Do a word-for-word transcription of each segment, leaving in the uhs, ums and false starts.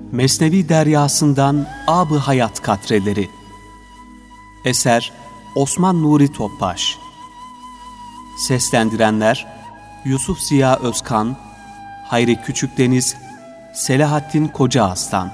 Mesnevi Deryasından Ab-ı Hayat Katreleri. Eser Osman Nuri Topbaş. Seslendirenler Yusuf Ziya Özkan, Hayri Küçükdeniz, Selahattin Kocaaslan.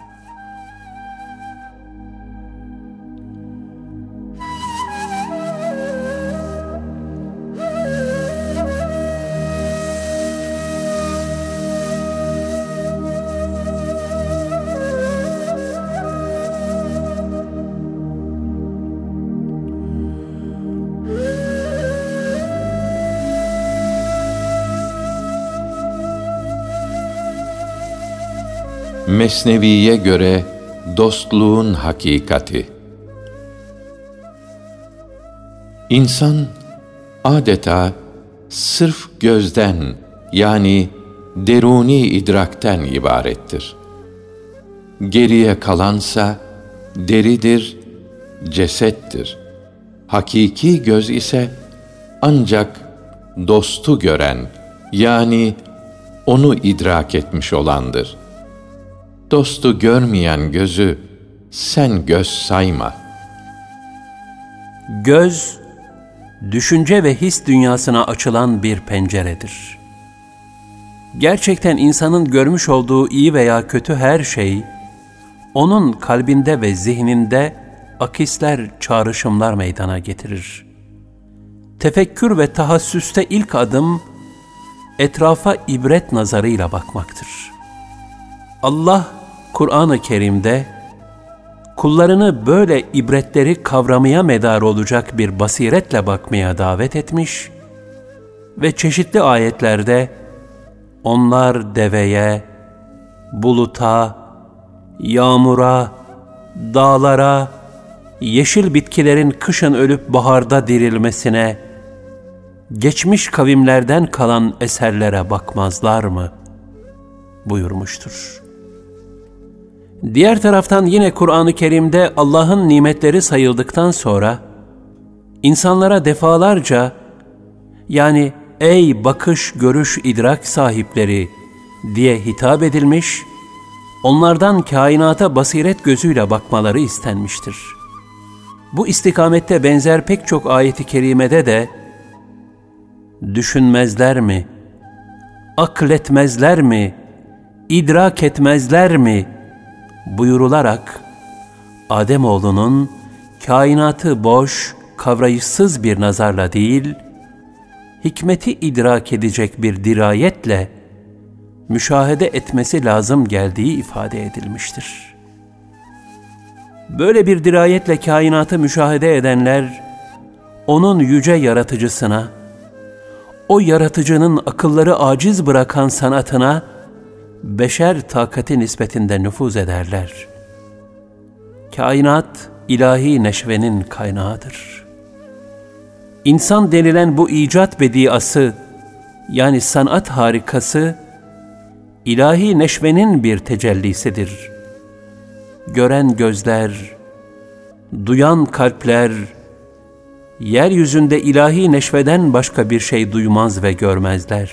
Mesnevi'ye göre dostluğun hakikati. İnsan adeta sırf gözden, yani deruni idrakten ibarettir. Geriye kalansa deridir, cesettir. Hakiki göz ise ancak dostu gören, yani onu idrak etmiş olandır. Dostu görmeyen gözü sen göz sayma. Göz, düşünce ve his dünyasına açılan bir penceredir. Gerçekten insanın görmüş olduğu iyi veya kötü her şey, onun kalbinde ve zihninde akisler, çağrışımlar meydana getirir. Tefekkür ve tahassüste ilk adım, etrafa ibret nazarıyla bakmaktır. Allah, Kur'an-ı Kerim'de, kullarını böyle ibretleri kavramaya medar olacak bir basiretle bakmaya davet etmiş ve çeşitli ayetlerde, onlar deveye, buluta, yağmura, dağlara, yeşil bitkilerin kışın ölüp baharda dirilmesine, geçmiş kavimlerden kalan eserlere bakmazlar mı buyurmuştur. Diğer taraftan yine Kur'an-ı Kerim'de Allah'ın nimetleri sayıldıktan sonra, insanlara defalarca, yani ey bakış, görüş, idrak sahipleri diye hitap edilmiş, onlardan kainata basiret gözüyle bakmaları istenmiştir. Bu istikamette benzer pek çok ayet-i kerimede de, düşünmezler mi, akletmezler mi, idrak etmezler mi buyurularak, Ademoğlunun kainatı boş, kavrayışsız bir nazarla değil, hikmeti idrak edecek bir dirayetle müşahede etmesi lazım geldiği ifade edilmiştir. Böyle bir dirayetle kainatı müşahede edenler, onun yüce yaratıcısına, o yaratıcının akılları aciz bırakan sanatına, beşer takati nispetinde nüfuz ederler. Kainat, ilahi neşvenin kaynağıdır. İnsan denilen bu icat bediası, yani sanat harikası, ilahi neşvenin bir tecellisidir. Gören gözler, duyan kalpler, yeryüzünde ilahi neşveden başka bir şey duymaz ve görmezler.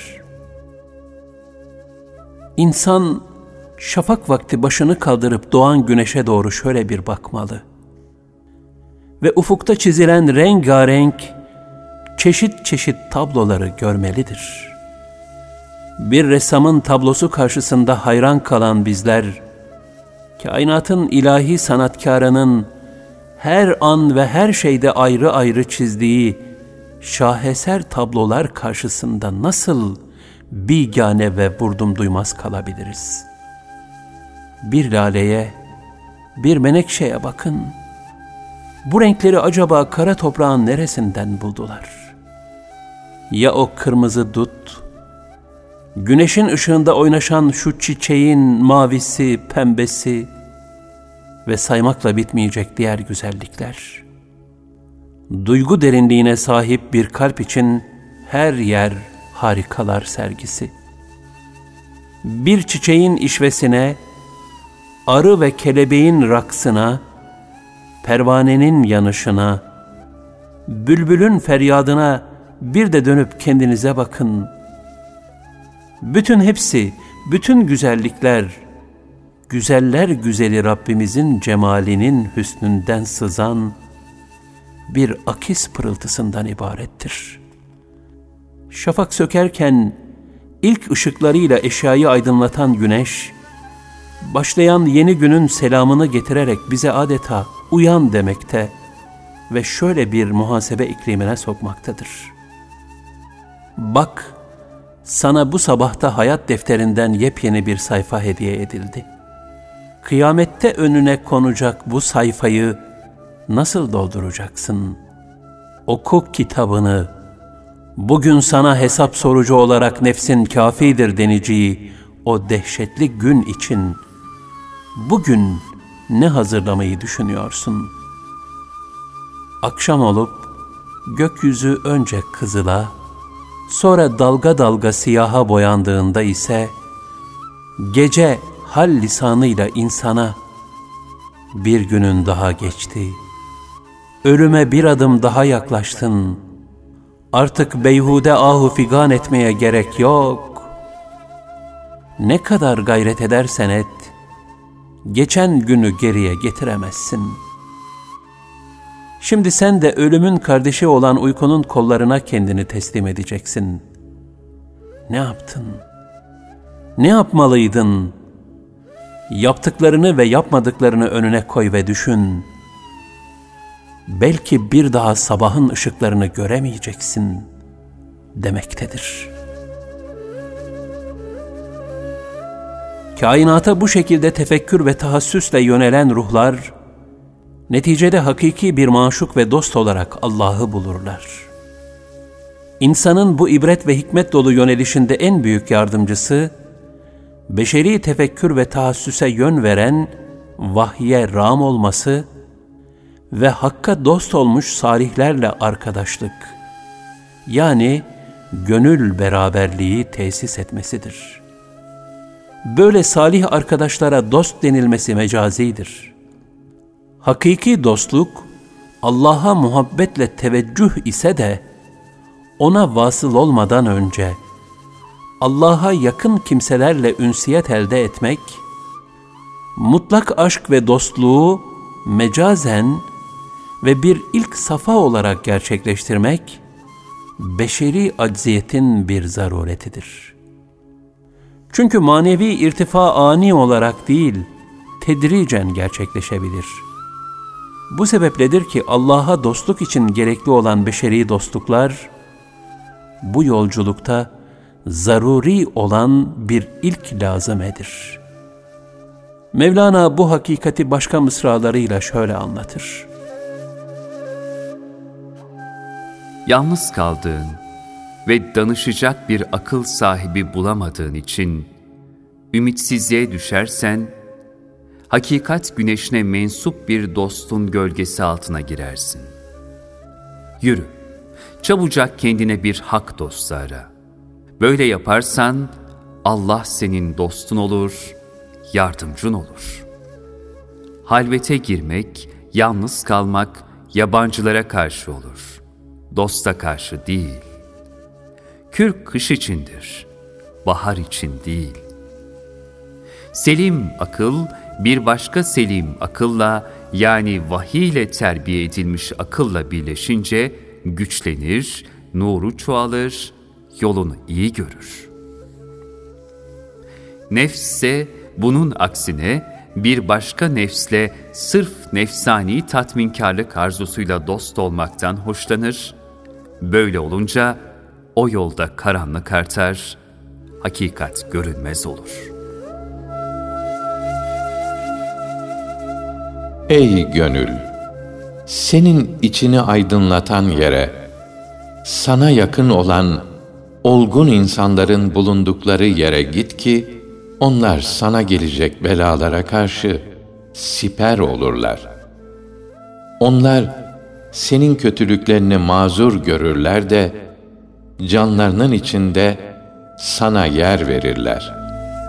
İnsan, şafak vakti başını kaldırıp doğan güneşe doğru şöyle bir bakmalı ve ufukta çizilen rengarenk, çeşit çeşit tabloları görmelidir. Bir ressamın tablosu karşısında hayran kalan bizler, kainatın ilahi sanatkarının her an ve her şeyde ayrı ayrı çizdiği şaheser tablolar karşısında nasıl bigane ve vurdum duymaz kalabiliriz? Bir laleye, bir menekşeye bakın. Bu renkleri acaba kara toprağın neresinden buldular? Ya o kırmızı dut, güneşin ışığında oynaşan şu çiçeğin mavisi, pembesi ve saymakla bitmeyecek diğer güzellikler. Duygu derinliğine sahip bir kalp için her yer harikalar sergisi. Bir çiçeğin işvesine, arı ve kelebeğin raksına, pervanenin yanışına, bülbülün feryadına bir de dönüp kendinize bakın. Bütün hepsi, bütün güzellikler güzeller güzeli Rabbimizin cemalinin hüsnünden sızan bir akis pırıltısından ibarettir. Şafak sökerken ilk ışıklarıyla eşyayı aydınlatan güneş, başlayan yeni günün selamını getirerek bize adeta uyan demekte ve şöyle bir muhasebe iklimine sokmaktadır. Bak, sana bu sabahta hayat defterinden yepyeni bir sayfa hediye edildi. Kıyamette önüne konacak bu sayfayı nasıl dolduracaksın? Oku kitabını, bugün sana hesap sorucu olarak nefsin kâfidir deneceği o dehşetli gün için bugün ne hazırlamayı düşünüyorsun? Akşam olup gökyüzü önce kızıla, sonra dalga dalga siyaha boyandığında ise gece hal lisanıyla insana bir günün daha geçti, ölüme bir adım daha yaklaştın, artık beyhude ahu figan etmeye gerek yok. Ne kadar gayret edersen et, geçen günü geriye getiremezsin. Şimdi sen de ölümün kardeşi olan uykunun kollarına kendini teslim edeceksin. Ne yaptın? Ne yapmalıydın? Yaptıklarını ve yapmadıklarını önüne koy ve düşün. Belki bir daha sabahın ışıklarını göremeyeceksin demektedir. Kainata bu şekilde tefekkür ve tahassüsle yönelen ruhlar, neticede hakiki bir maşuk ve dost olarak Allah'ı bulurlar. İnsanın bu ibret ve hikmet dolu yönelişinde en büyük yardımcısı, beşeri tefekkür ve tahassüse yön veren vahye rağm olması ve Hakk'a dost olmuş salihlerle arkadaşlık, yani gönül beraberliği tesis etmesidir. Böyle salih arkadaşlara dost denilmesi mecazidir. Hakiki dostluk, Allah'a muhabbetle teveccüh ise de, ona vasıl olmadan önce, Allah'a yakın kimselerle ünsiyet elde etmek, mutlak aşk ve dostluğu mecazen ve bir ilk safa olarak gerçekleştirmek, beşeri acziyetin bir zaruretidir. Çünkü manevi irtifa ani olarak değil, tedricen gerçekleşebilir. Bu sebepledir ki Allah'a dostluk için gerekli olan beşeri dostluklar, bu yolculukta zaruri olan bir ilk lazımedir. Mevlana bu hakikati başka mısralarıyla şöyle anlatır. Yalnız kaldığın ve danışacak bir akıl sahibi bulamadığın için ümitsizliğe düşersen, hakikat güneşine mensup bir dostun gölgesi altına girersin. Yürü, çabucak kendine bir hak dostu ara. Böyle yaparsan Allah senin dostun olur, yardımcın olur. Halvete girmek, yalnız kalmak yabancılara karşı olur, dosta karşı değil. Kürk kış içindir, bahar için değil. Selim akıl, bir başka selim akılla, yani vahiy ile terbiye edilmiş akılla birleşince güçlenir, nuru çoğalır, yolunu iyi görür. Nefs ise bunun aksine bir başka nefsle sırf nefsani tatminkarlık arzusuyla dost olmaktan hoşlanır. Böyle olunca o yolda karanlık artar, hakikat görünmez olur. Ey gönül! Senin içini aydınlatan yere, sana yakın olan olgun insanların bulundukları yere git ki, onlar sana gelecek belalara karşı siper olurlar. Onlar senin kötülüklerini mazur görürler de, canlarının içinde sana yer verirler.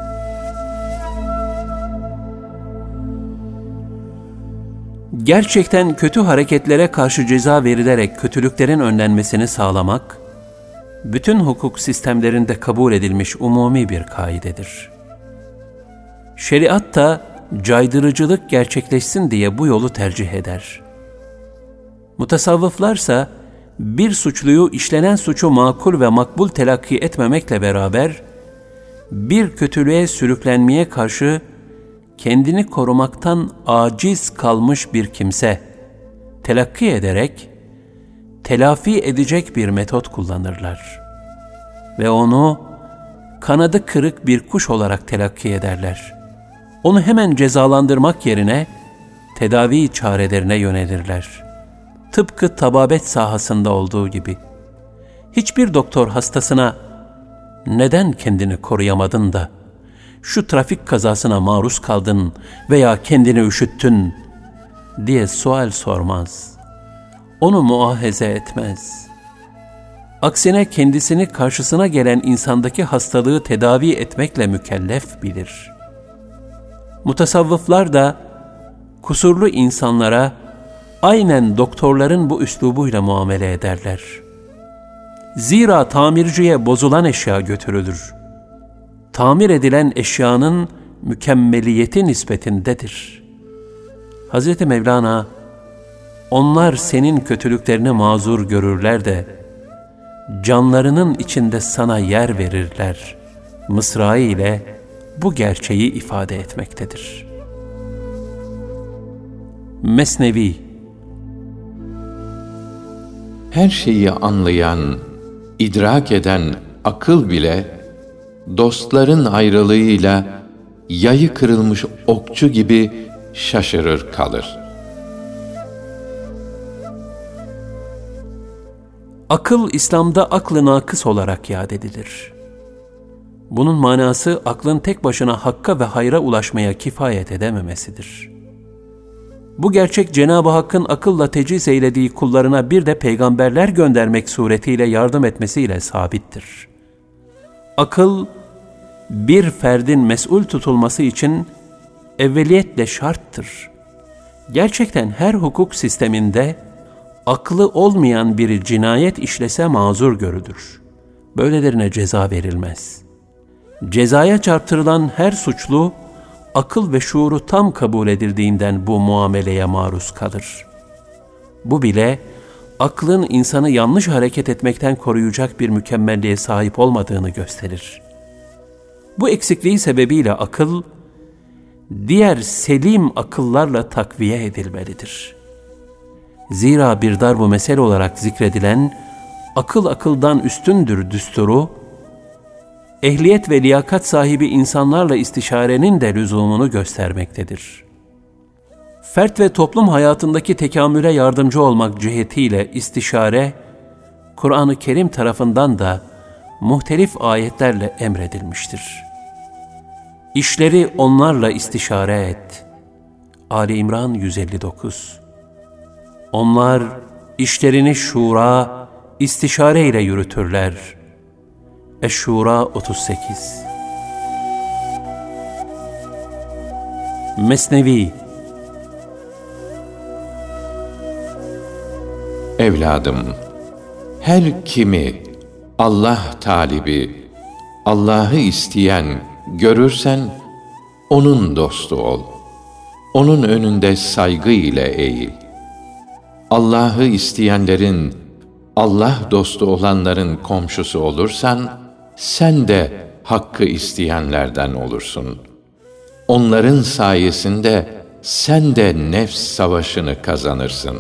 Gerçekten kötü hareketlere karşı ceza verilerek kötülüklerin önlenmesini sağlamak, bütün hukuk sistemlerinde kabul edilmiş umumi bir kaidedir. Şeriat da caydırıcılık gerçekleşsin diye bu yolu tercih eder. Mutasavvıflarsa bir suçluyu işlenen suçu makul ve makbul telakki etmemekle beraber bir kötülüğe sürüklenmeye karşı kendini korumaktan aciz kalmış bir kimse telakki ederek telafi edecek bir metot kullanırlar ve onu kanadı kırık bir kuş olarak telakki ederler. Onu hemen cezalandırmak yerine tedavi çarelerine yönelirler. Tıpkı tababet sahasında olduğu gibi. Hiçbir doktor hastasına neden kendini koruyamadın da şu trafik kazasına maruz kaldın veya kendini üşüttün diye sual sormaz. Onu muahaze etmez. Aksine kendisini karşısına gelen insandaki hastalığı tedavi etmekle mükellef bilir. Mutasavvıflar da kusurlu insanlara aynen doktorların bu üslubuyla muamele ederler. Zira tamirciye bozulan eşya götürülür. Tamir edilen eşyanın mükemmeliyeti nispetindedir. Hazreti Mevlana, onlar senin kötülüklerini mazur görürler de, canlarının içinde sana yer verirler mısrağı ile bu gerçeği ifade etmektedir. Mesnevi. Her şeyi anlayan, idrak eden akıl bile, dostların ayrılığıyla yayı kırılmış okçu gibi şaşırır kalır. Akıl, İslam'da aklı nakıs olarak yad edilir. Bunun manası aklın tek başına hakka ve hayra ulaşmaya kifayet edememesidir. Bu gerçek Cenab-ı Hakk'ın akılla teciz eylediği kullarına bir de peygamberler göndermek suretiyle yardım etmesiyle sabittir. Akıl, bir ferdin mesul tutulması için evveliyetle şarttır. Gerçekten her hukuk sisteminde aklı olmayan biri cinayet işlese mazur görülür. Böylelerine ceza verilmez. Cezaya çarptırılan her suçlu, akıl ve şuuru tam kabul edildiğinden bu muameleye maruz kalır. Bu bile, aklın insanı yanlış hareket etmekten koruyacak bir mükemmelliğe sahip olmadığını gösterir. Bu eksikliği sebebiyle akıl, diğer selim akıllarla takviye edilmelidir. Zira bir darbu mesel olarak zikredilen, akıl akıldan üstündür düsturu, ehliyet ve liyakat sahibi insanlarla istişarenin de lüzumunu göstermektedir. Fert ve toplum hayatındaki tekamüle yardımcı olmak cihetiyle istişare, Kur'an-ı Kerim tarafından da muhtelif ayetlerle emredilmiştir. İşleri onlarla istişare et. Ali İmran yüz elli dokuz. Onlar işlerini şura, istişare ile yürütürler. Eş-Şura otuz sekiz. Mesnevi. Evladım, her kimi Allah talibi, Allah'ı isteyen görürsen, onun dostu ol. Onun önünde saygı ile eğil. Allah'ı isteyenlerin, Allah dostu olanların komşusu olursan, sen de hakkı isteyenlerden olursun. Onların sayesinde sen de nefs savaşını kazanırsın.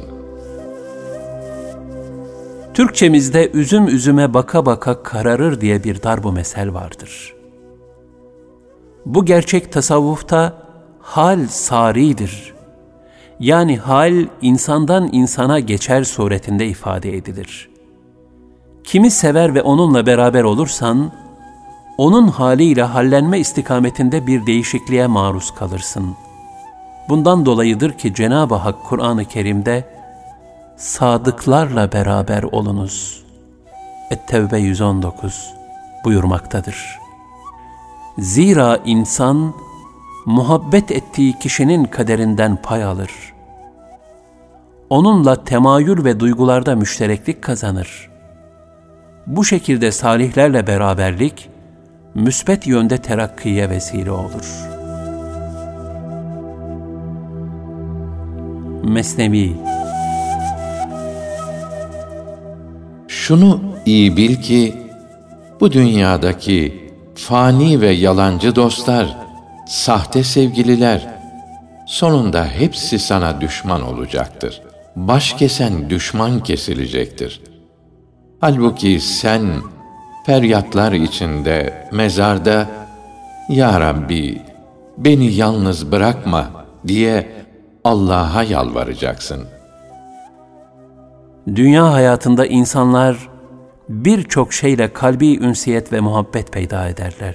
Türkçemizde üzüm üzüme baka baka kararır diye bir darbu mesel vardır. Bu gerçek tasavvufta hal saridir. Yani hal insandan insana geçer suretinde ifade edilir. Kimi sever ve onunla beraber olursan, onun haliyle hallenme istikametinde bir değişikliğe maruz kalırsın. Bundan dolayıdır ki Cenab-ı Hak Kur'an-ı Kerim'de sadıklarla beraber olunuz. Et-Tevbe yüz on dokuz buyurmaktadır. Zira insan muhabbet ettiği kişinin kaderinden pay alır. Onunla temayül ve duygularda müştereklik kazanır. Bu şekilde salihlerle beraberlik müsbet yönde terakkiye vesile olur. Mesnevi. Şunu iyi bil ki, bu dünyadaki fani ve yalancı dostlar, sahte sevgililer, sonunda hepsi sana düşman olacaktır. Baş kesen düşman kesilecektir. Halbuki sen, feryatlar içinde, mezarda, "Ya Rabbi, beni yalnız bırakma" diye Allah'a yalvaracaksın. Dünya hayatında insanlar birçok şeyle kalbi ünsiyet ve muhabbet peyda ederler.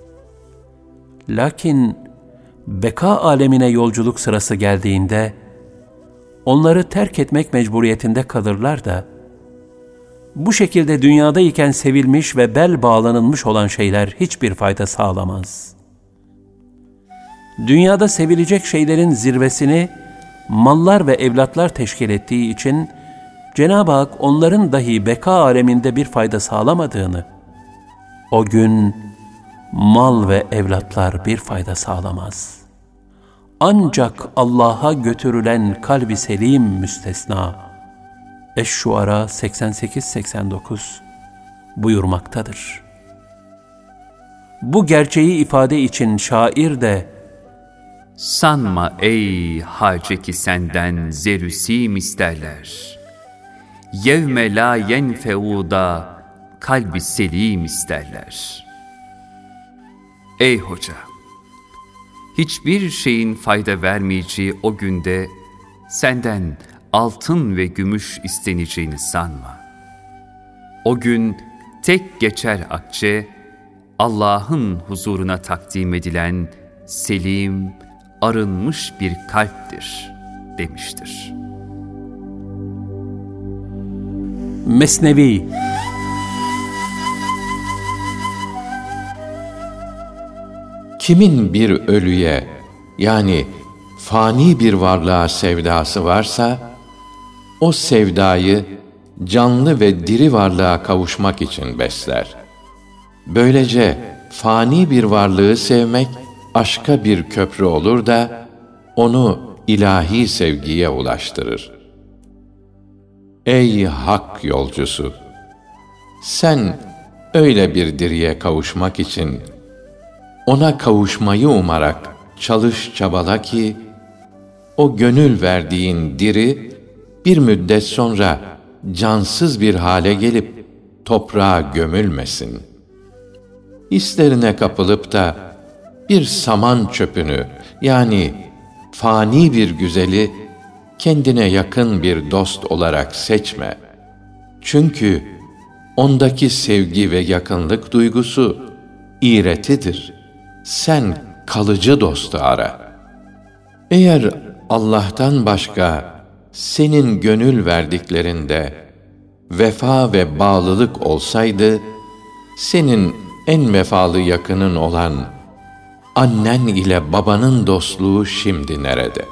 Lakin beka alemine yolculuk sırası geldiğinde onları terk etmek mecburiyetinde kalırlar da bu şekilde dünyadayken sevilmiş ve bel bağlanılmış olan şeyler hiçbir fayda sağlamaz. Dünyada sevilecek şeylerin zirvesini mallar ve evlatlar teşkil ettiği için Cenab-ı Hak onların dahi beka aleminde bir fayda sağlamadığını, o gün mal ve evlatlar bir fayda sağlamaz. Ancak Allah'a götürülen kalbi selim müstesna. Eş-Şuara seksen sekiz seksen dokuz buyurmaktadır. Bu gerçeği ifade için şair de "Sanma ey hace ki senden zerüsim isterler. Yevme la yenfeuda kalbi selim isterler." Ey hoca! Hiçbir şeyin fayda vermeyeceği o günde senden altın ve gümüş isteneceğini sanma. O gün tek geçer akçe Allah'ın huzuruna takdim edilen selim, arınmış bir kalptir demiştir. Mesnevi. Kimin bir ölüye, yani fani bir varlığa sevdası varsa, o sevdayı canlı ve diri varlığa kavuşmak için besler. Böylece fani bir varlığı sevmek aşka bir köprü olur da onu ilahi sevgiye ulaştırır. Ey hak yolcusu! Sen öyle bir diriye kavuşmak için ona kavuşmayı umarak çalış çabala ki o gönül verdiğin diri bir müddet sonra cansız bir hale gelip toprağa gömülmesin. Hislerine kapılıp da bir saman çöpünü, yani fani bir güzeli kendine yakın bir dost olarak seçme. Çünkü ondaki sevgi ve yakınlık duygusu iğretidir. Sen kalıcı dostu ara. Eğer Allah'tan başka senin gönül verdiklerinde vefa ve bağlılık olsaydı, senin en vefalı yakının olan annen ile babanın dostluğu şimdi nerede?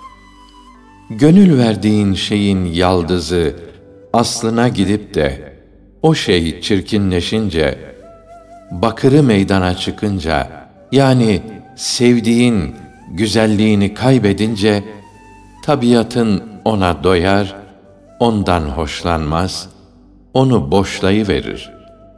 Gönül verdiğin şeyin yaldızı aslına gidip de o şey çirkinleşince, bakırı meydana çıkınca, yani sevdiğin güzelliğini kaybedince, tabiatın ona doyar, ondan hoşlanmaz, onu boşlayıverir.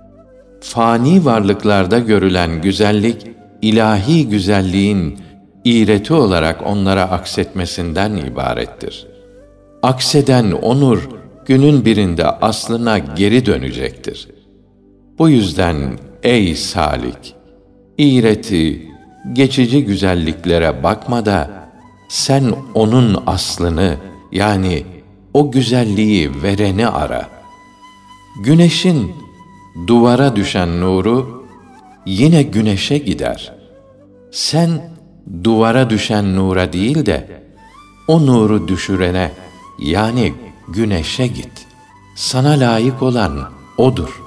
Fani varlıklarda görülen güzellik, ilahi güzelliğin iğreti olarak onlara aksetmesinden ibarettir. Akseden o nur, günün birinde aslına geri dönecektir. Bu yüzden ey salik! İğreti, geçici güzelliklere bakma da, sen onun aslını, yani o güzelliği vereni ara. Güneşin duvara düşen nuru, yine güneşe gider. Sen duvara düşen nura değil de, o nuru düşürene, yani güneşe git. Sana layık olan odur.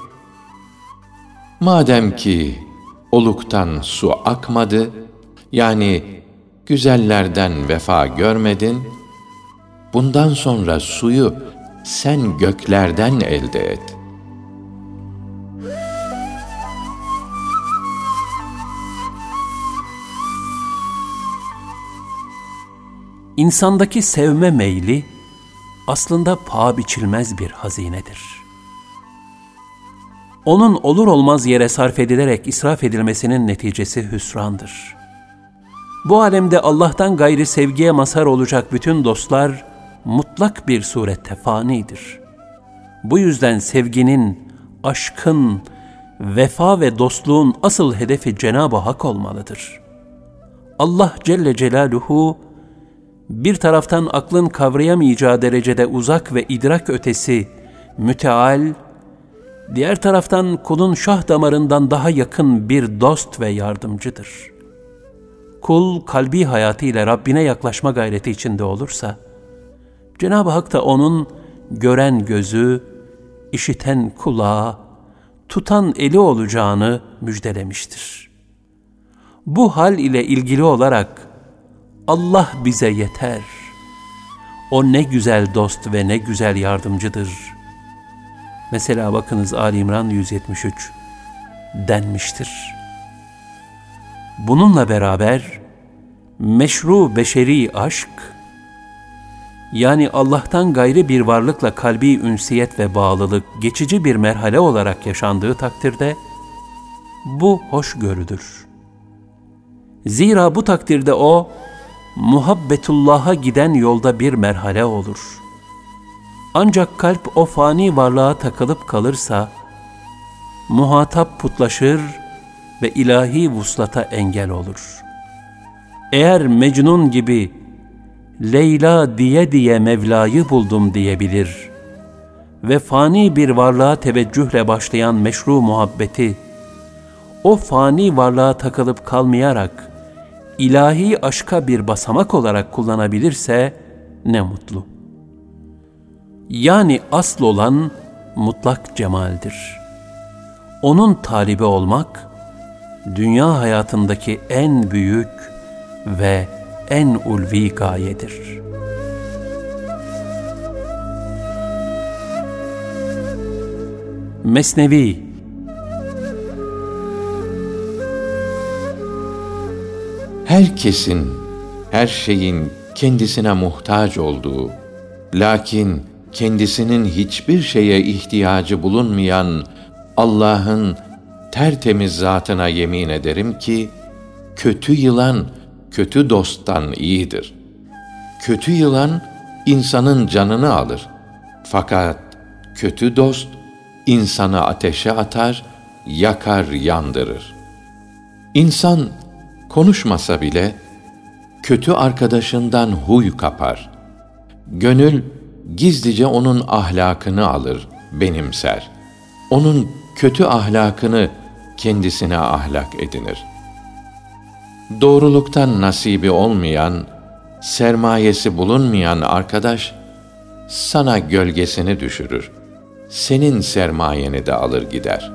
Madem ki oluktan su akmadı, yani güzellerden vefa görmedin, bundan sonra suyu sen göklerden elde et. insandaki sevme meyli aslında paha biçilmez bir hazinedir. Onun olur olmaz yere sarf edilerek israf edilmesinin neticesi hüsrandır. Bu alemde Allah'tan gayri sevgiye mazhar olacak bütün dostlar mutlak bir surette fanidir. Bu yüzden sevginin, aşkın, vefa ve dostluğun asıl hedefi Cenab-ı Hak olmalıdır. Allah Celle Celaluhu, bir taraftan aklın kavrayamayacağı derecede uzak ve idrak ötesi, müteal, diğer taraftan kulun şah damarından daha yakın bir dost ve yardımcıdır. Kul kalbi hayatıyla Rabbine yaklaşma gayreti içinde olursa, Cenab-ı Hak da onun gören gözü, işiten kulağı, tutan eli olacağını müjdelemiştir. Bu hal ile ilgili olarak Allah bize yeter. O ne güzel dost ve ne güzel yardımcıdır. Mesela bakınız Ali İmran yüz yetmiş üç denmiştir. Bununla beraber meşru beşeri aşk, yani Allah'tan gayrı bir varlıkla kalbi ünsiyet ve bağlılık geçici bir merhale olarak yaşandığı takdirde bu hoşgörüdür. Zira bu takdirde o muhabbetullah'a giden yolda bir merhale olur. Ancak kalp o fani varlığa takılıp kalırsa muhatap putlaşır ve ilahi vuslata engel olur. Eğer Mecnun gibi Leyla diye diye Mevla'yı buldum diyebilir ve fani bir varlığa teveccühle başlayan meşru muhabbeti o fani varlığa takılıp kalmayarak ilahi aşka bir basamak olarak kullanabilirse ne mutlu. Yani asıl olan mutlak cemaldir. Onun talibi olmak, dünya hayatındaki en büyük ve en ulvi gayedir. Mesnevi. Herkesin, her şeyin kendisine muhtaç olduğu, lakin kendisinin hiçbir şeye ihtiyacı bulunmayan Allah'ın tertemiz zatına yemin ederim ki, kötü yılan, kötü dosttan iyidir. Kötü yılan, insanın canını alır. Fakat kötü dost, insanı ateşe atar, yakar, yandırır. İnsan, konuşmasa bile, kötü arkadaşından huy kapar. Gönül, gizlice onun ahlakını alır, benimser. Onun kötü ahlakını kendisine ahlak edinir. Doğruluktan nasibi olmayan, sermayesi bulunmayan arkadaş, sana gölgesini düşürür. Senin sermayeni de alır gider.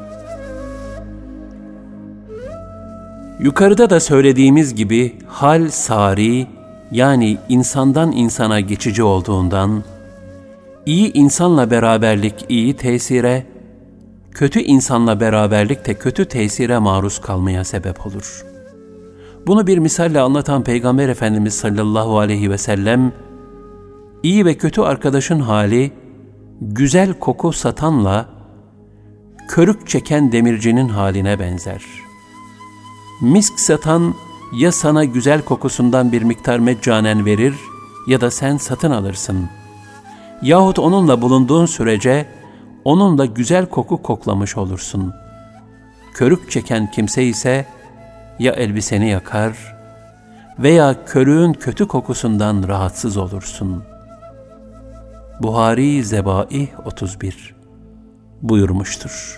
Yukarıda da söylediğimiz gibi hal sari, yani insandan insana geçici olduğundan, iyi insanla beraberlik iyi tesire, kötü insanla beraberlik de kötü tesire maruz kalmaya sebep olur. Bunu bir misalle anlatan Peygamber Efendimiz sallallahu aleyhi ve sellem, iyi ve kötü arkadaşın hali, güzel koku satanla körük çeken demircinin haline benzer. Misk satan ya sana güzel kokusundan bir miktar meccanen verir ya da sen satın alırsın. Yahut onunla bulunduğun sürece onunla güzel koku koklamış olursun. Körük çeken kimse ise ya elbiseni yakar veya körüğün kötü kokusundan rahatsız olursun. Buhari Zebaih otuz bir buyurmuştur.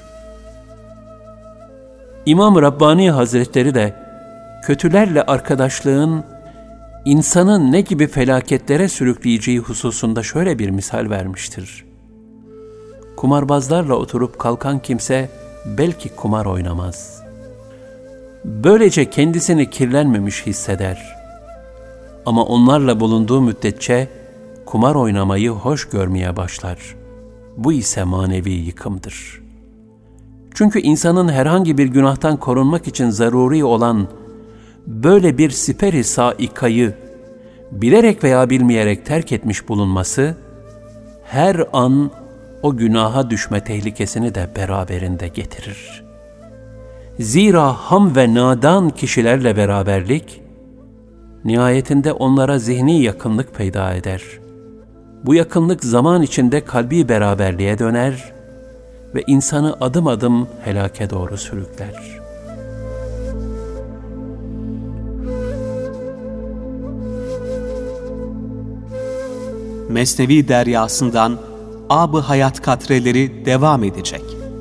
İmam Rabbani Hazretleri de kötülerle arkadaşlığın insanın ne gibi felaketlere sürükleyeceği hususunda şöyle bir misal vermiştir. Kumarbazlarla oturup kalkan kimse belki kumar oynamaz. Böylece kendisini kirlenmemiş hisseder. Ama onlarla bulunduğu müddetçe kumar oynamayı hoş görmeye başlar. Bu ise manevi yıkımdır. Çünkü insanın herhangi bir günahtan korunmak için zaruri olan böyle bir siper-i saikayı bilerek veya bilmeyerek terk etmiş bulunması, her an o günaha düşme tehlikesini de beraberinde getirir. Zira ham ve nadan kişilerle beraberlik, nihayetinde onlara zihni yakınlık peyda eder. Bu yakınlık zaman içinde kalbi beraberliğe döner ve insanı adım adım helake doğru sürükler. Mesnevi deryasından Ab-ı Hayat katreleri devam edecek.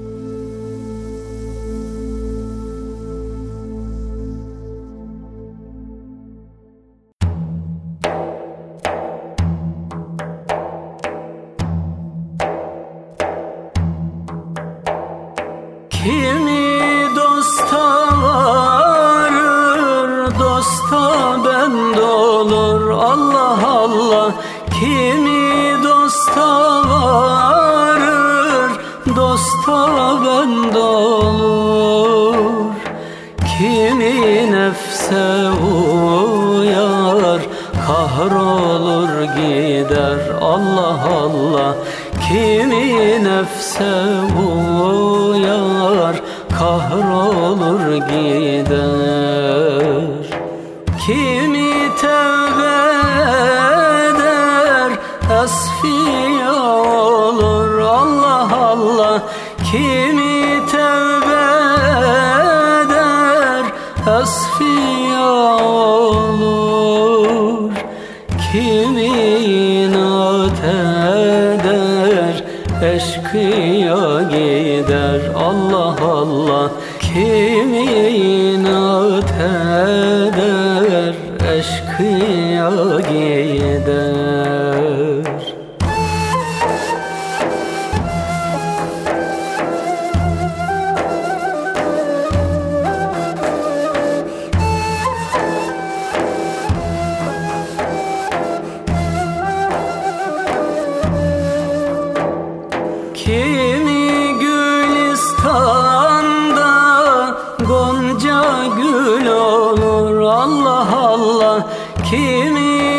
Kimi dosta varır, dosta bende olur. Allah Allah. Kimi dosta varır, dosta bende olur. Kimi nefse uyar, kahrolur gider. Allah Allah. Kimi nefse uyar, kahrolur gider. Kimi tevbe eder, asfiya olur. Allah Allah. Kimi tevbe eder, asfiya olur. Kimi inat eder, eşkıya gider. Allah Allah. Kimi inat eder, eşkıya gider. Kimi Gülistan'da gonca gül olur. Allah Allah. Kimi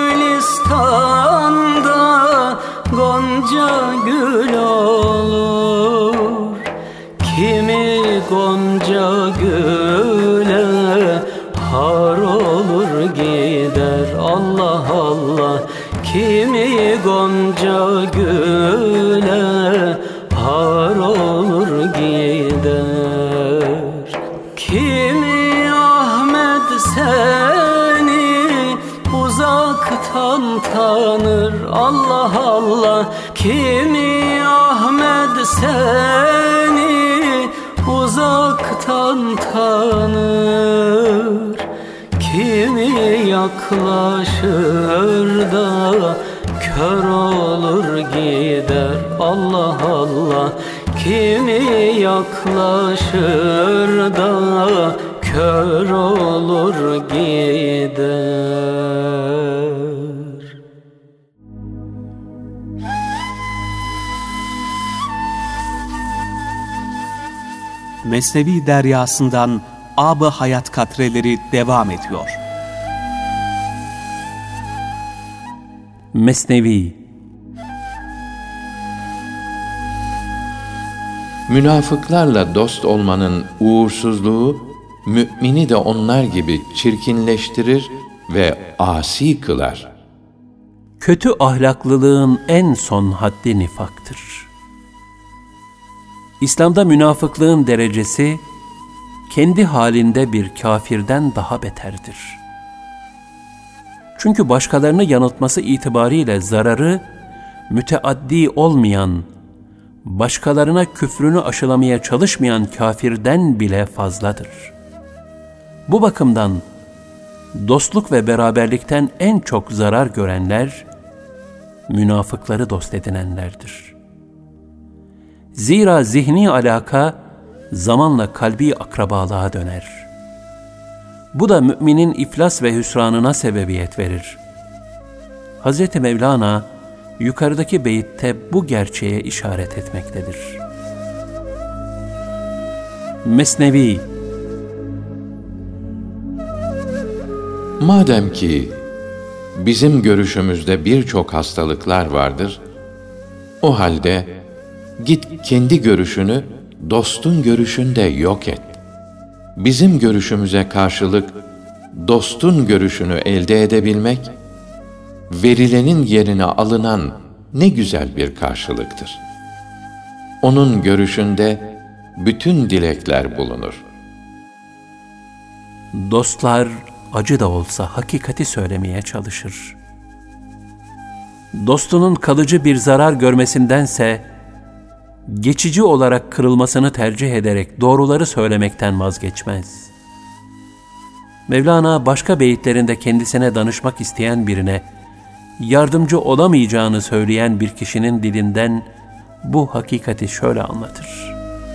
Gülistan'da gonca gül olur. Kimi gonca güle har olur gider. Allah Allah. Kimi gonca güle har olur gider. Kimi Ahmet seni uzaktan tanır. Allah Allah. Kimi Ahmet seni uzaktan tanır. Kimi yaklaşır da kör olur gider. Allah Allah. Kimi yaklaşır da kör olur gider. Mesnevi deryasından Ab-ı Hayat katreleri devam ediyor. Mesnevi. Münafıklarla dost olmanın uğursuzluğu, mümini de onlar gibi çirkinleştirir ve asi kılar. Kötü ahlaklılığın en son haddi nifaktır. İslam'da münafıklığın derecesi, kendi halinde bir kâfirden daha beterdir. Çünkü başkalarını yanıltması itibariyle zararı, müteaddi olmayan, başkalarına küfrünü aşılamaya çalışmayan kâfirden bile fazladır. Bu bakımdan, dostluk ve beraberlikten en çok zarar görenler, münafıkları dost edinenlerdir. Zira zihni alaka, zamanla kalbi akrabalığa döner. Bu da müminin iflas ve hüsranına sebebiyet verir. Hazreti Mevlana, yukarıdaki beyitte bu gerçeğe işaret etmektedir. Mesnevi. Madem ki bizim görüşümüzde birçok hastalıklar vardır. O halde git kendi görüşünü dostun görüşünde yok et. Bizim görüşümüze karşılık dostun görüşünü elde edebilmek, verilenin yerine alınan ne güzel bir karşılıktır. Onun görüşünde bütün dilekler bulunur. Dostlar acı da olsa hakikati söylemeye çalışır. Dostunun kalıcı bir zarar görmesindense, geçici olarak kırılmasını tercih ederek doğruları söylemekten vazgeçmez. Mevlana başka beyitlerinde kendisine danışmak isteyen birine, yardımcı olamayacağını söyleyen bir kişinin dilinden bu hakikati şöyle anlatır.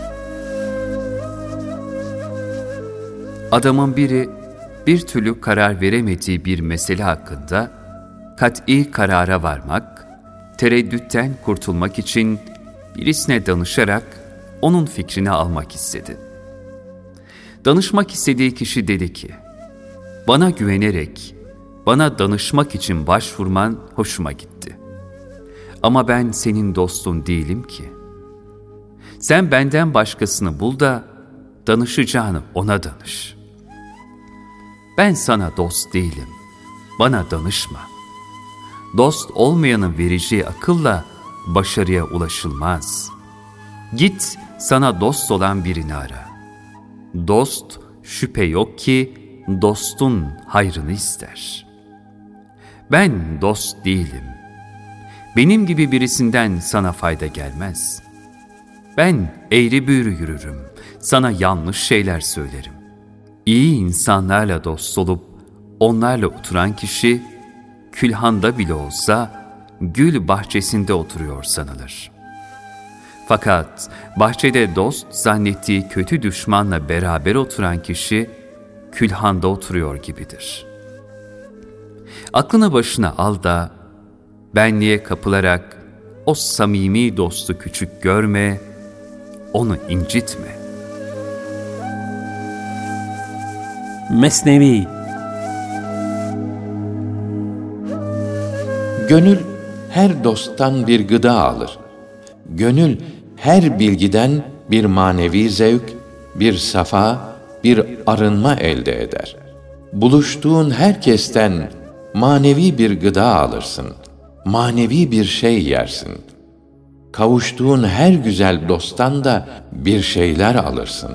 Adamın biri bir türlü karar veremediği bir mesele hakkında kat'i karara varmak, tereddütten kurtulmak için birisine danışarak onun fikrini almak istedi. Danışmak istediği kişi dedi ki, "Bana güvenerek, bana danışmak için başvurman hoşuma gitti. Ama ben senin dostun değilim ki. Sen benden başkasını bul da danışacağını ona danış. Ben sana dost değilim, bana danışma. Dost olmayanın vereceği akılla başarıya ulaşılmaz. Git sana dost olan birini ara. Dost şüphe yok ki dostun hayrını ister. Ben dost değilim. Benim gibi birisinden sana fayda gelmez. Ben eğri büğrü yürürüm, sana yanlış şeyler söylerim. İyi insanlarla dost olup onlarla oturan kişi, külhanda bile olsa gül bahçesinde oturuyor sanılır. Fakat bahçede dost zannettiği kötü düşmanla beraber oturan kişi, külhanda oturuyor gibidir. Aklını başına al da, benliğe kapılarak o samimi dostu küçük görme, onu incitme. Mesnevi. Gönül her dosttan bir gıda alır. Gönül her bilgiden bir manevi zevk, bir safa, bir arınma elde eder. Buluştuğun herkesten manevi bir gıda alırsın, manevi bir şey yersin. Kavuştuğun her güzel dosttan da bir şeyler alırsın.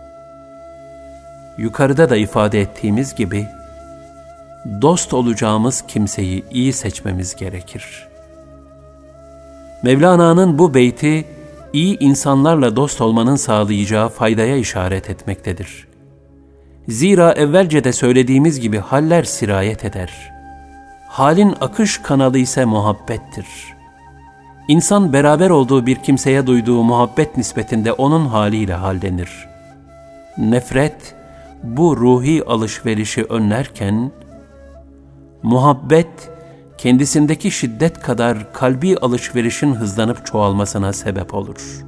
Yukarıda da ifade ettiğimiz gibi, dost olacağımız kimseyi iyi seçmemiz gerekir. Mevlana'nın bu beyti, iyi insanlarla dost olmanın sağlayacağı faydaya işaret etmektedir. Zira evvelce de söylediğimiz gibi haller sirayet eder. Halin akış kanalı ise muhabbettir. İnsan beraber olduğu bir kimseye duyduğu muhabbet nispetinde onun haliyle hallenir. Nefret, bu ruhi alışverişi önlerken, muhabbet, kendisindeki şiddet kadar kalbi alışverişin hızlanıp çoğalmasına sebep olur.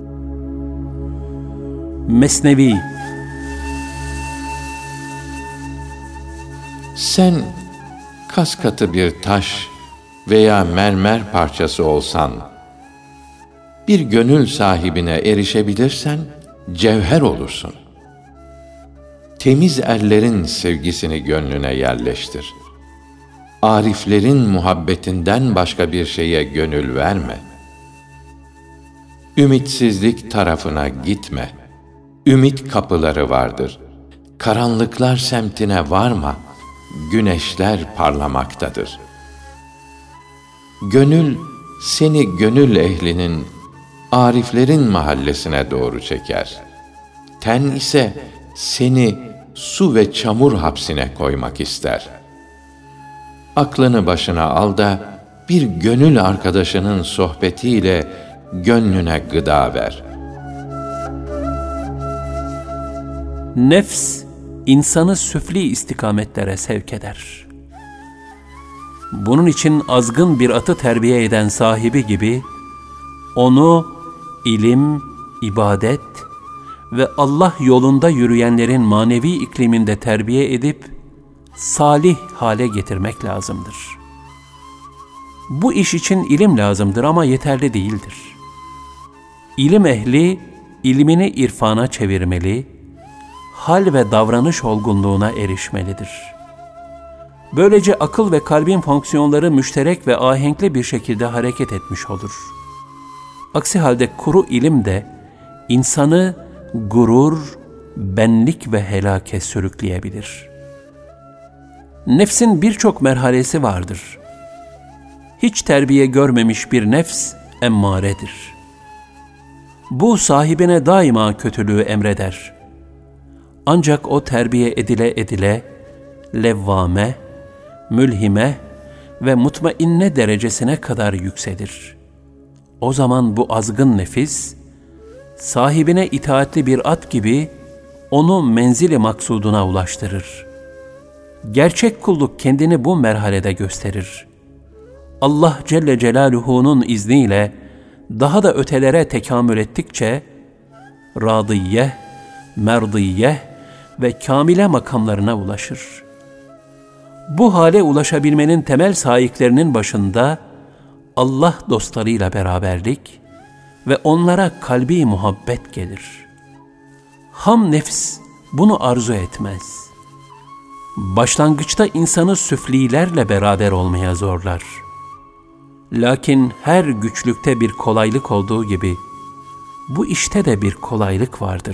Mesnevi. Sen kas katı bir taş veya mermer parçası olsan, bir gönül sahibine erişebilirsen cevher olursun. Temiz ellerin sevgisini gönlüne yerleştir. Ariflerin muhabbetinden başka bir şeye gönül verme. Ümitsizlik tarafına gitme. Ümit kapıları vardır. Karanlıklar semtine varma. Güneşler parlamaktadır. Gönül seni gönül ehlinin, ariflerin mahallesine doğru çeker. Ten ise seni su ve çamur hapsine koymak ister. Aklını başına al da bir gönül arkadaşının sohbetiyle gönlüne gıda ver. Nefs, insanı süfli istikametlere sevk eder. Bunun için azgın bir atı terbiye eden sahibi gibi, onu ilim, ibadet ve Allah yolunda yürüyenlerin manevi ikliminde terbiye edip, salih hale getirmek lazımdır. Bu iş için ilim lazımdır ama yeterli değildir. İlim ehli, ilmini irfana çevirmeli, hal ve davranış olgunluğuna erişmelidir. Böylece akıl ve kalbin fonksiyonları müşterek ve ahenkli bir şekilde hareket etmiş olur. Aksi halde kuru ilim de insanı gurur, benlik ve helake sürükleyebilir. Nefsin birçok merhalesi vardır. Hiç terbiye görmemiş bir nefs emmaredir. Bu sahibine daima kötülüğü emreder. Ancak o terbiye edile edile levvame, mülhime ve mutmainne derecesine kadar yükselir. O zaman bu azgın nefis, sahibine itaatli bir at gibi onu menzili maksuduna ulaştırır. Gerçek kulluk kendini bu merhalede gösterir. Allah Celle Celaluhu'nun izniyle daha da ötelere tekamül ettikçe, radiyye, merdiyye ve kamile makamlarına ulaşır. Bu hale ulaşabilmenin temel saiklerinin başında Allah dostlarıyla beraberlik ve onlara kalbi muhabbet gelir. Ham nefs bunu arzu etmez. Başlangıçta insanı süflilerle beraber olmaya zorlar. Lakin her güçlükte bir kolaylık olduğu gibi, bu işte de bir kolaylık vardır.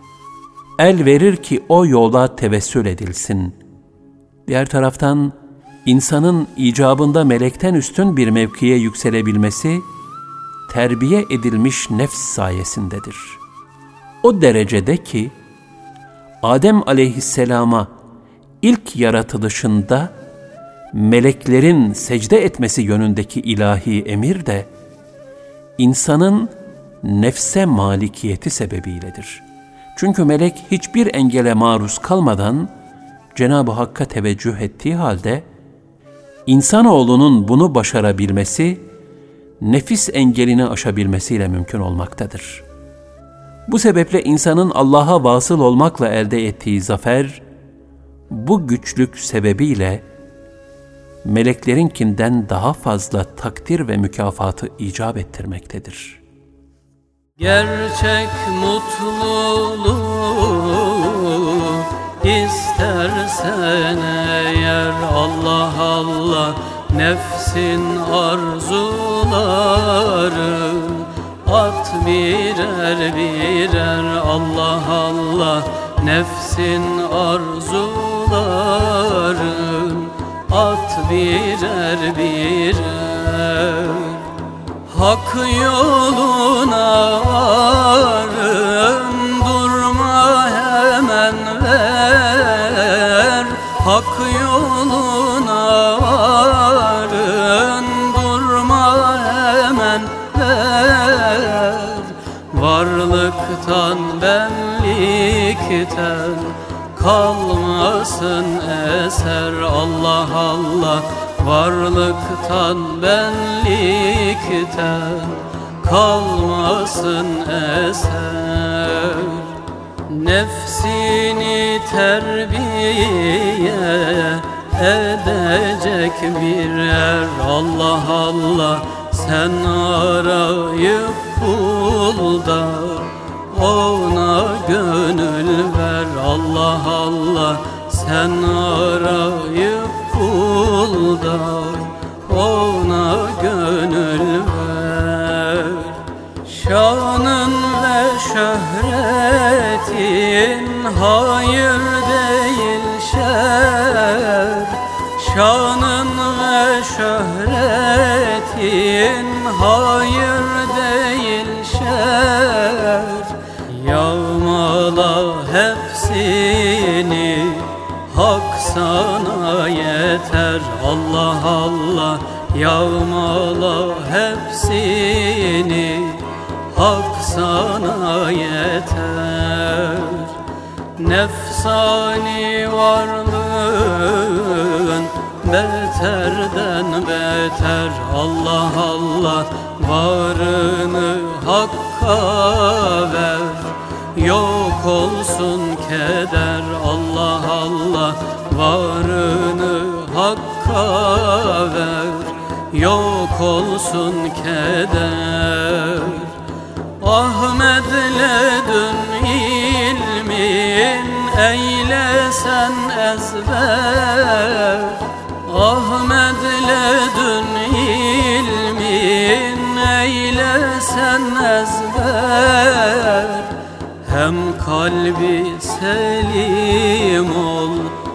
El verir ki o yola tevessül edilsin. Diğer taraftan, insanın icabında melekten üstün bir mevkiye yükselebilmesi, terbiye edilmiş nefs sayesindedir. O derecede ki, Adem aleyhisselama ilk yaratılışında, meleklerin secde etmesi yönündeki ilahi emir de, insanın nefse malikiyeti sebebiyledir. Çünkü melek hiçbir engele maruz kalmadan, Cenab-ı Hakk'a teveccüh ettiği halde, insanoğlunun bunu başarabilmesi, nefis engelini aşabilmesiyle mümkün olmaktadır. Bu sebeple insanın Allah'a vasıl olmakla elde ettiği zafer, bu güçlük sebebiyle, meleklerinkinden daha fazla takdir ve mükafatı icap ettirmektedir. Gerçek mutluluğu istersen eğer Allah Allah nefsin arzuları at birer birer Allah Allah nefsin arzuları at birer birer hak yoluna varın durma hemen ver hak yoluna varın durma hemen ver varlıktan benlikten kalmasın eser Allah Allah varlıktan benlikten kalmasın eser nefsini terbiye edecek bir yer Allah Allah sen arayıp bul da ona gönül ver Allah Allah sen arayıp bul da ona gönül ver şanın ve şöhretin hayır değil şer şanın ve şöhretin hayır değil şer yağmala hepsini hak sana yeter Allah Allah yağmala hepsini hak sana yeter nefsani varlığın beterden beter Allah Allah varını hakka ver yok olsun keder Allah Allah varını Hakk'a ver, yok olsun keder. Ahmet ledün ilmin eylesen ezber, Ahmet ledün ilmin eylesen ezber. Hem kalbi selim ol,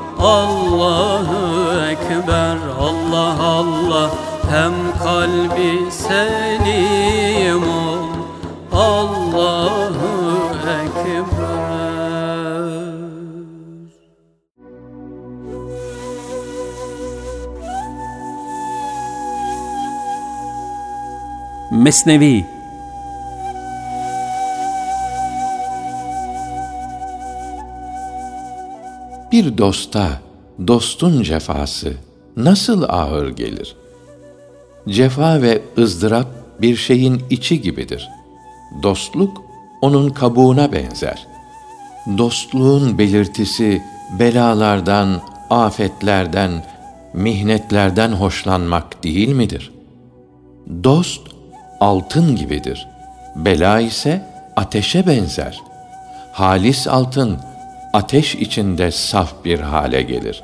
Allahu Ekber, Allah Allah. Hem kalbi selim ol, Allahu Ekber. Mesnevi. Bir dosta dostun cefası nasıl ağır gelir? Cefa ve ızdırap bir şeyin içi gibidir. Dostluk onun kabuğuna benzer. Dostluğun belirtisi belalardan, afetlerden, mihnetlerden hoşlanmak değil midir? Dost altın gibidir. Bela ise ateşe benzer. Halis altın ateş içinde saf bir hale gelir.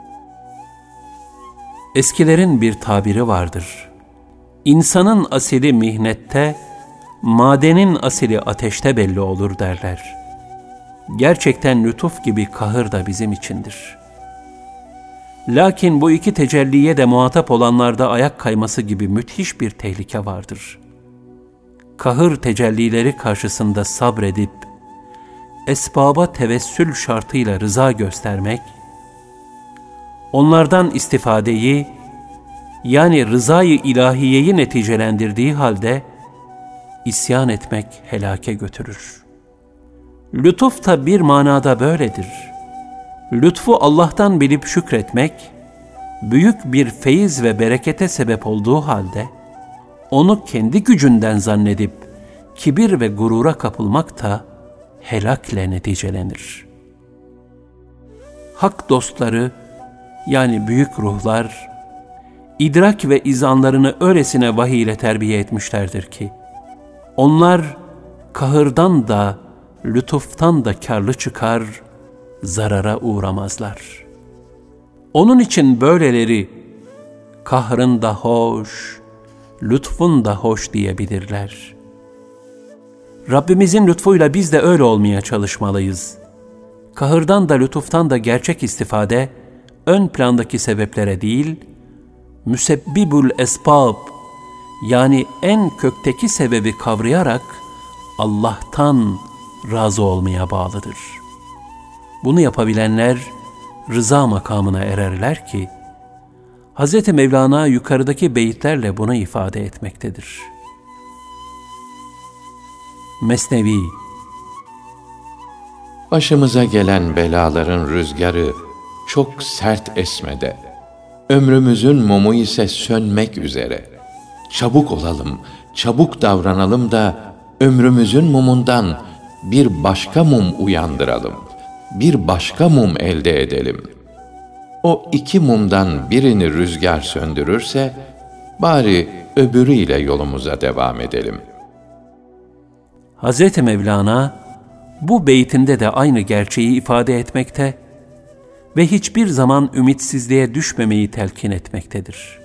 Eskilerin bir tabiri vardır. İnsanın asili mihnette, madenin asili ateşte belli olur derler. Gerçekten lütuf gibi kahır da bizim içindir. Lakin bu iki tecelliye de muhatap olanlarda ayak kayması gibi müthiş bir tehlike vardır. Kahır tecellileri karşısında sabredip, esbaba tevessül şartıyla rıza göstermek, onlardan istifadeyi, yani rızayı ilahiyeyi neticelendirdiği halde, isyan etmek helake götürür. Lütuf da bir manada böyledir. Lütfu Allah'tan bilip şükretmek, büyük bir feyiz ve berekete sebep olduğu halde, onu kendi gücünden zannedip, kibir ve gurura kapılmak da helakle neticelenir. Hak dostları, yani büyük ruhlar, idrak ve izanlarını öylesine vahiy ile terbiye etmişlerdir ki, onlar kahırdan da, lütuftan da kârlı çıkar, zarara uğramazlar. Onun için böyleleri, kahrın da hoş, lütfun da hoş diyebilirler. Rabbimizin lütfuyla biz de öyle olmaya çalışmalıyız. Kahırdan da lütuftan da gerçek istifade, ön plandaki sebeplere değil, müsebbibül esbab, yani en kökteki sebebi kavrayarak Allah'tan razı olmaya bağlıdır. Bunu yapabilenler rıza makamına ererler ki, Hz. Mevlana yukarıdaki beyitlerle bunu ifade etmektedir. Mesnevi. Başımıza gelen belaların rüzgarı çok sert esmede. Ömrümüzün mumu ise sönmek üzere. Çabuk olalım, çabuk davranalım da ömrümüzün mumundan bir başka mum uyandıralım. Bir başka mum elde edelim. O iki mumdan birini rüzgar söndürürse, bari öbürüyle yolumuza devam edelim. Hz. Mevlana, bu beytinde de aynı gerçeği ifade etmekte ve hiçbir zaman ümitsizliğe düşmemeyi telkin etmektedir.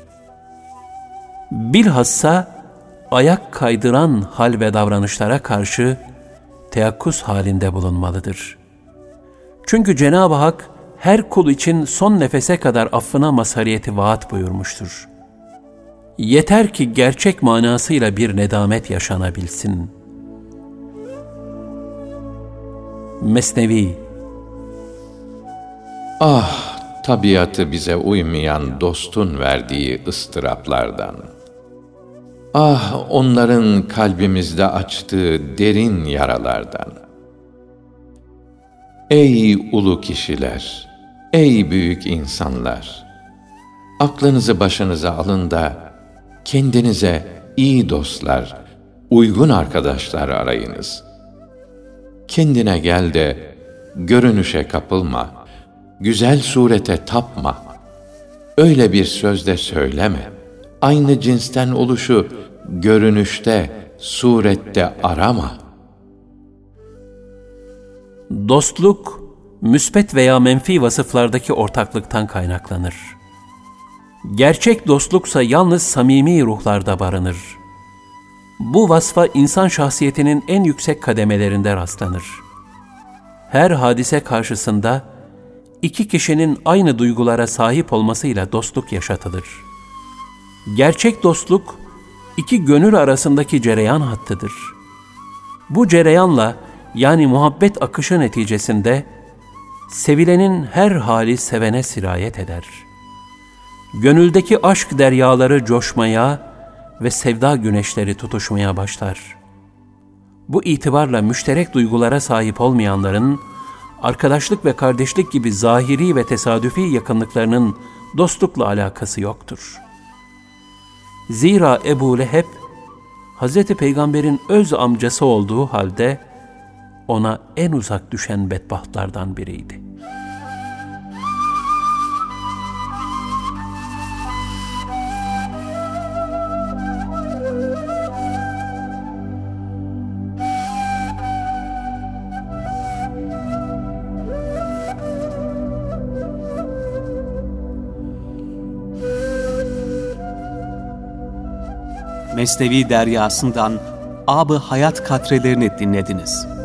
Bilhassa, ayak kaydıran hal ve davranışlara karşı teyakkuz halinde bulunmalıdır. Çünkü Cenab-ı Hak, her kul için son nefese kadar affına mazhariyeti vaat buyurmuştur. Yeter ki gerçek manasıyla bir nedamet yaşanabilsin. Mesnevi. Ah, tabiatı bize uymayan dostun verdiği ıstıraplardan. Ah, onların kalbimizde açtığı derin yaralardan. Ey ulu kişiler, ey büyük insanlar! Aklınızı başınıza alın da kendinize iyi dostlar, uygun arkadaşlar arayınız. Kendine gel de görünüşe kapılma, güzel surete tapma. Öyle bir sözde söyleme. Aynı cinsten oluşu görünüşte, surette arama. Dostluk, müsbet veya menfi vasıflardaki ortaklıktan kaynaklanır. Gerçek dostluksa yalnız samimi ruhlarda barınır. Bu vasfa insan şahsiyetinin en yüksek kademelerinde rastlanır. Her hadise karşısında iki kişinin aynı duygulara sahip olmasıyla dostluk yaşatılır. Gerçek dostluk, iki gönül arasındaki cereyan hattıdır. Bu cereyanla, yani muhabbet akışı neticesinde, sevilenin her hali sevene sirayet eder. Gönüldeki aşk deryaları coşmaya ve sevda güneşleri tutuşmaya başlar. Bu itibarla müşterek duygulara sahip olmayanların, arkadaşlık ve kardeşlik gibi zahiri ve tesadüfi yakınlıklarının dostlukla alakası yoktur. Zira Ebu Leheb, Hazreti Peygamber'in öz amcası olduğu halde, ona en uzak düşen bedbahtlardan biriydi. Mesnevi deryasından Ab-ı Hayat katrelerini dinlediniz.